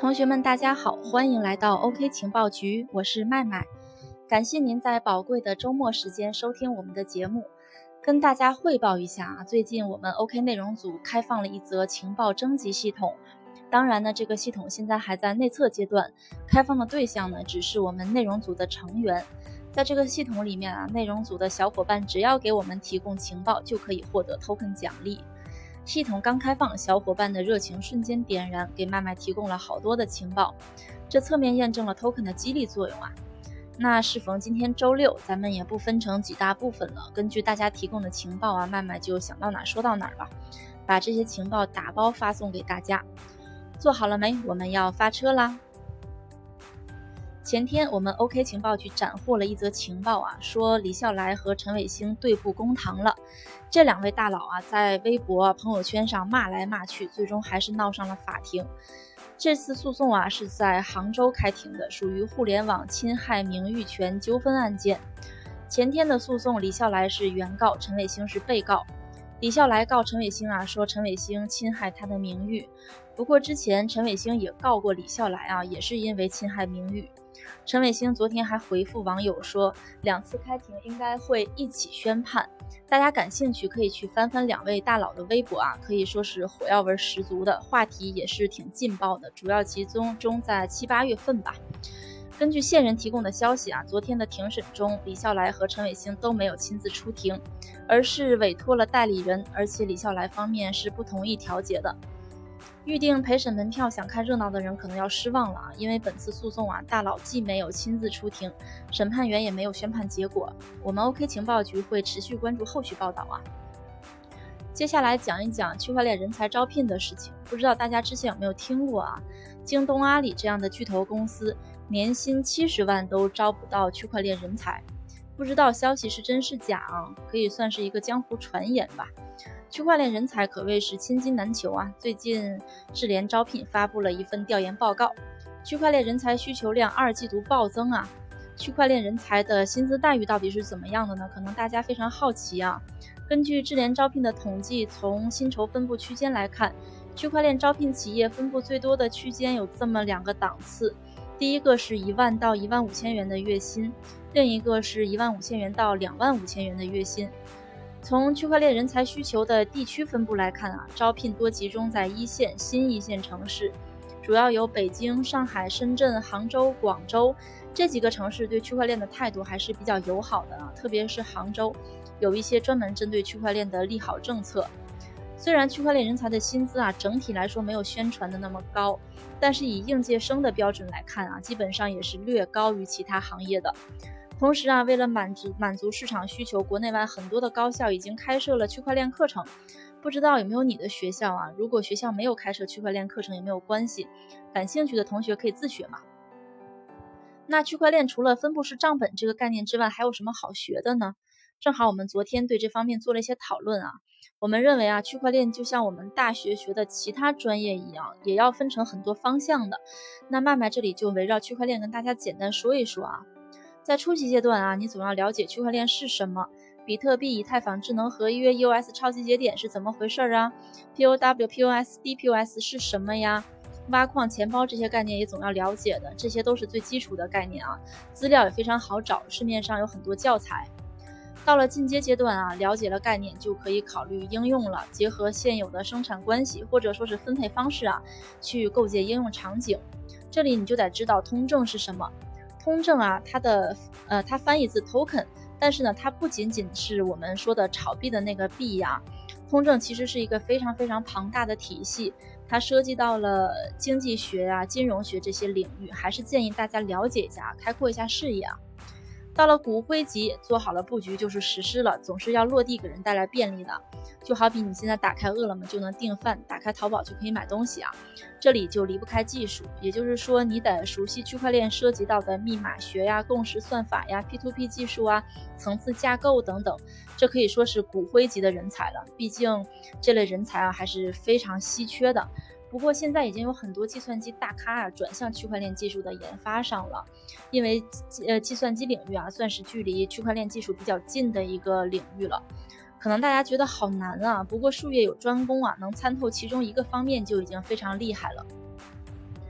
同学们大家好，欢迎来到 OK 情报局，我是麦麦。感谢您在宝贵的周末时间收听我们的节目。跟大家汇报一下最近我们 OK 内容组开放了一则情报征集系统。当然呢，这个系统现在还在内测阶段，开放的对象呢只是我们内容组的成员。在这个系统里面内容组的小伙伴只要给我们提供情报，就可以获得 token 奖励。系统刚开放，小伙伴的热情瞬间点燃，给麦麦提供了好多的情报，这侧面验证了 token 的激励作用啊。那适逢今天周六，咱们也不分成几大部分了，根据大家提供的情报麦麦就想到哪说到哪吧，把这些情报打包发送给大家。做好了没？我们要发车啦！前天我们 OK 情报局斩获了一则情报说李笑来和陈伟星对簿公堂了。这两位大佬在微博朋友圈上骂来骂去，最终还是闹上了法庭。这次诉讼是在杭州开庭的，属于互联网侵害名誉权纠纷案件。前天的诉讼，李笑来是原告，陈伟星是被告。李笑来告陈伟星说陈伟星侵害他的名誉。不过之前陈伟星也告过李笑来也是因为侵害名誉。陈伟星昨天还回复网友说，2次开庭应该会一起宣判，大家感兴趣可以去翻翻两位大佬的微博可以说是火药味十足的，话题也是挺劲爆的，主要集中在7、8月份吧。根据线人提供的消息昨天的庭审中，李笑来和陈伟星都没有亲自出庭，而是委托了代理人，而且李笑来方面是不同意调解的。预定陪审门票想看热闹的人可能要失望了因为本次诉讼大佬既没有亲自出庭，审判员也没有宣判结果。我们 OK 情报局会持续关注后续报道接下来讲一讲区块链人才招聘的事情。不知道大家之前有没有听过京东、阿里这样的巨头公司年薪70万都招不到区块链人才，不知道消息是真是假可以算是一个江湖传言吧。区块链人才可谓是千金难求最近智联招聘发布了一份调研报告，区块链人才需求量2季度暴增区块链人才的薪资待遇到底是怎么样的呢？可能大家非常好奇根据智联招聘的统计，从薪酬分布区间来看，区块链招聘企业分布最多的区间有这么2个档次，第一个是1万到15000元的月薪，另一个是15000元到25000元的月薪。从区块链人才需求的地区分布来看招聘多集中在1线、新1线城市，主要有北京、上海、深圳、杭州、广州这几个城市，对区块链的态度还是比较友好的特别是杭州有一些专门针对区块链的利好政策。虽然区块链人才的薪资整体来说没有宣传的那么高，但是以应届生的标准来看基本上也是略高于其他行业的。同时为了满足市场需求，国内外很多的高校已经开设了区块链课程。不知道有没有你的学校如果学校没有开设区块链课程也没有关系，感兴趣的同学可以自学嘛。那区块链除了分布式账本这个概念之外，还有什么好学的呢？正好我们昨天对这方面做了一些讨论我们认为区块链就像我们大学学的其他专业一样，也要分成很多方向的。那麦麦这里就围绕区块链跟大家简单说一说在初级阶段你总要了解区块链是什么，比特币、以太坊智能合约、EOS 超级节点是怎么回事POW、POS、DPoS 是什么呀？挖矿、钱包这些概念也总要了解的，这些都是最基础的概念资料也非常好找，市面上有很多教材。到了进阶阶段了解了概念就可以考虑应用了，结合现有的生产关系或者说是分配方式去构建应用场景。这里你就得知道通证是什么。通证它翻译自 token， 但是呢它不仅仅是我们说的炒币的那个币通证其实是一个非常非常庞大的体系，它涉及到了经济学金融学这些领域，还是建议大家了解一下，开阔一下视野到了骨灰级，做好了布局就是实施了，总是要落地给人带来便利的。就好比你现在打开饿了么就能订饭，打开淘宝就可以买东西这里就离不开技术，也就是说你得熟悉区块链涉及到的密码学共识算法P2P 技术层次架构等等，这可以说是骨灰级的人才了。毕竟这类人才还是非常稀缺的。不过现在已经有很多计算机大咖转向区块链技术的研发上了，因为计算机领域算是距离区块链技术比较近的一个领域了。可能大家觉得好难不过术业有专攻能参透其中一个方面就已经非常厉害了。不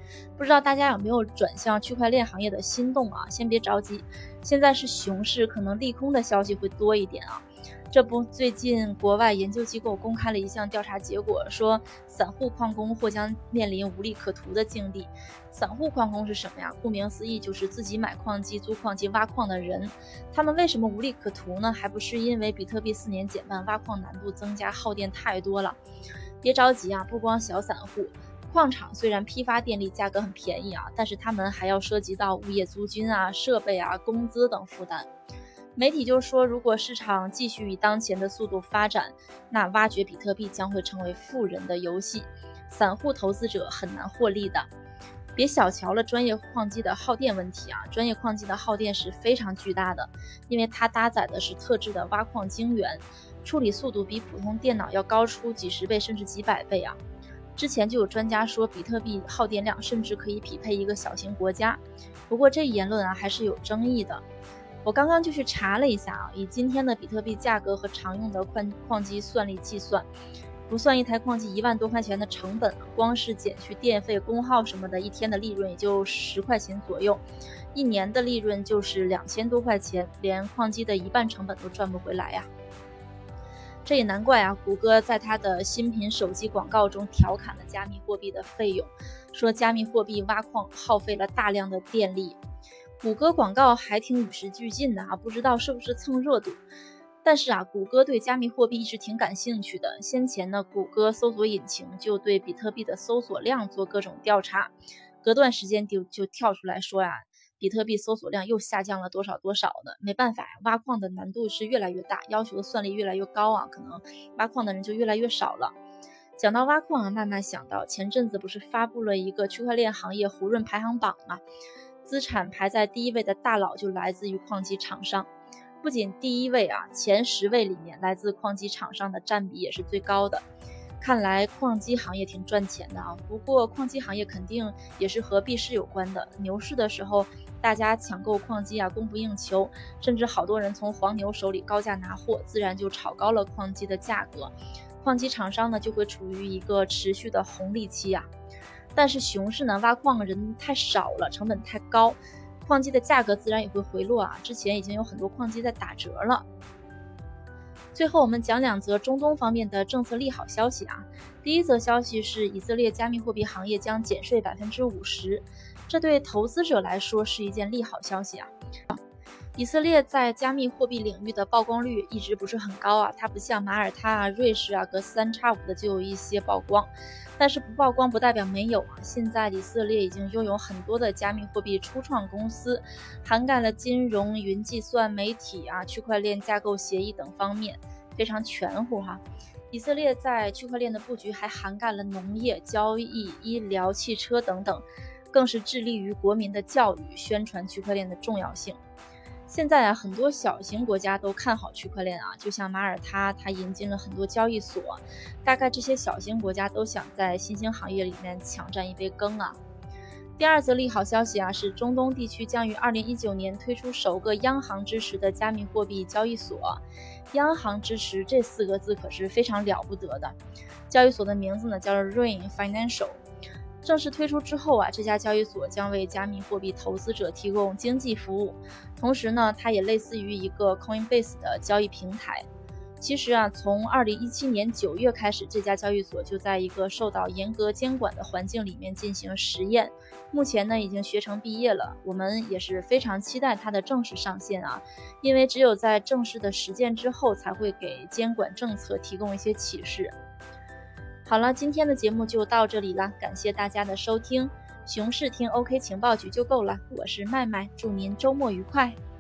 不知道大家有没有转向区块链行业的心动啊？先别着急，现在是熊市，可能利空的消息会多一点啊。这不，最近国外研究机构公开了一项调查结果，说散户矿工或将面临无利可图的境地。散户矿工是什么呀？顾名思义，就是自己买矿机、租矿机、挖矿的人。他们为什么无利可图呢？还不是因为比特币4年减半，挖矿难度增加，耗电太多了。别着急啊，不光小散户。矿场虽然批发电力价格很便宜啊，但是他们还要涉及到物业租金啊、设备啊、工资等负担。媒体就说，如果市场继续以当前的速度发展，那挖掘比特币将会成为富人的游戏，散户投资者很难获利的。别小瞧了专业矿机的耗电问题啊，专业矿机的耗电是非常巨大的，因为它搭载的是特制的挖矿晶圆，处理速度比普通电脑要高出几十倍甚至几百倍啊。之前就有专家说，比特币耗电量甚至可以匹配一个小型国家，不过这一言论啊还是有争议的。我刚刚就去查了一下啊，以今天的比特币价格和常用的矿机算力计算，不算一台矿机1万多块钱的成本，光是减去电费、功耗什么的，一天的利润也就10块钱左右，一年的利润就是2000多块钱，连矿机的1半成本都赚不回来呀。这也难怪啊，谷歌在它的新品手机广告中调侃了加密货币的费用，说加密货币挖矿耗费了大量的电力。谷歌广告还挺与时俱进的啊，不知道是不是蹭热度。但是啊，谷歌对加密货币一直挺感兴趣的。先前呢，谷歌搜索引擎就对比特币的搜索量做各种调查，隔段时间就跳出来说呀，比特币搜索量又下降了多少多少的。没办法呀，挖矿的难度是越来越大，要求的算力越来越高啊，可能挖矿的人就越来越少了。讲到挖矿啊，慢慢想到前阵子不是发布了一个区块链行业胡润排行榜吗？资产排在第1位的大佬就来自于矿机厂商，不仅第1位啊，前10位里面来自矿机厂商的占比也是最高的。看来矿机行业挺赚钱的啊，不过矿机行业肯定也是和币市有关的。牛市的时候，大家抢购矿机啊，供不应求，甚至好多人从黄牛手里高价拿货，自然就炒高了矿机的价格。矿机厂商呢，就会处于一个持续的红利期啊。但是熊市呢，挖矿人太少了，成本太高，矿机的价格自然也会回落啊。之前已经有很多矿机在打折了。最后我们讲2则中东方面的政策利好消息啊。第一则消息是以色列加密货币行业将减税50%，这对投资者来说是一件利好消息啊。以色列在加密货币领域的曝光率一直不是很高啊，它不像马耳他啊、瑞士啊，隔3差5的就有一些曝光。但是不曝光不代表没有啊，现在以色列已经拥有很多的加密货币初创公司，涵盖了金融、云计算、媒体啊、区块链架构协议等方面，非常全乎哈。以色列在区块链的布局还涵盖了农业、交易、医疗、汽车等等，更是致力于国民的教育，宣传区块链的重要性。现在啊，很多小型国家都看好区块链啊，就像马耳他，它引进了很多交易所，大概这些小型国家都想在新兴行业里面抢占一杯羹啊。第2则利好消息啊，是中东地区将于2019年推出首个央行支持的加密货币交易所。央行支持这4个字可是非常了不得的。交易所的名字呢叫 Rain Financial。正式推出之后啊，这家交易所将为加密货币投资者提供经济服务，同时呢，它也类似于一个 Coinbase 的交易平台。其实啊，从2017年9月开始，这家交易所就在一个受到严格监管的环境里面进行实验。目前呢，已经学成毕业了，我们也是非常期待它的正式上线啊，因为只有在正式的实践之后，才会给监管政策提供一些启示。好了，今天的节目就到这里了，感谢大家的收听。熊市听 OK 情报局就够了，我是麦麦，祝您周末愉快。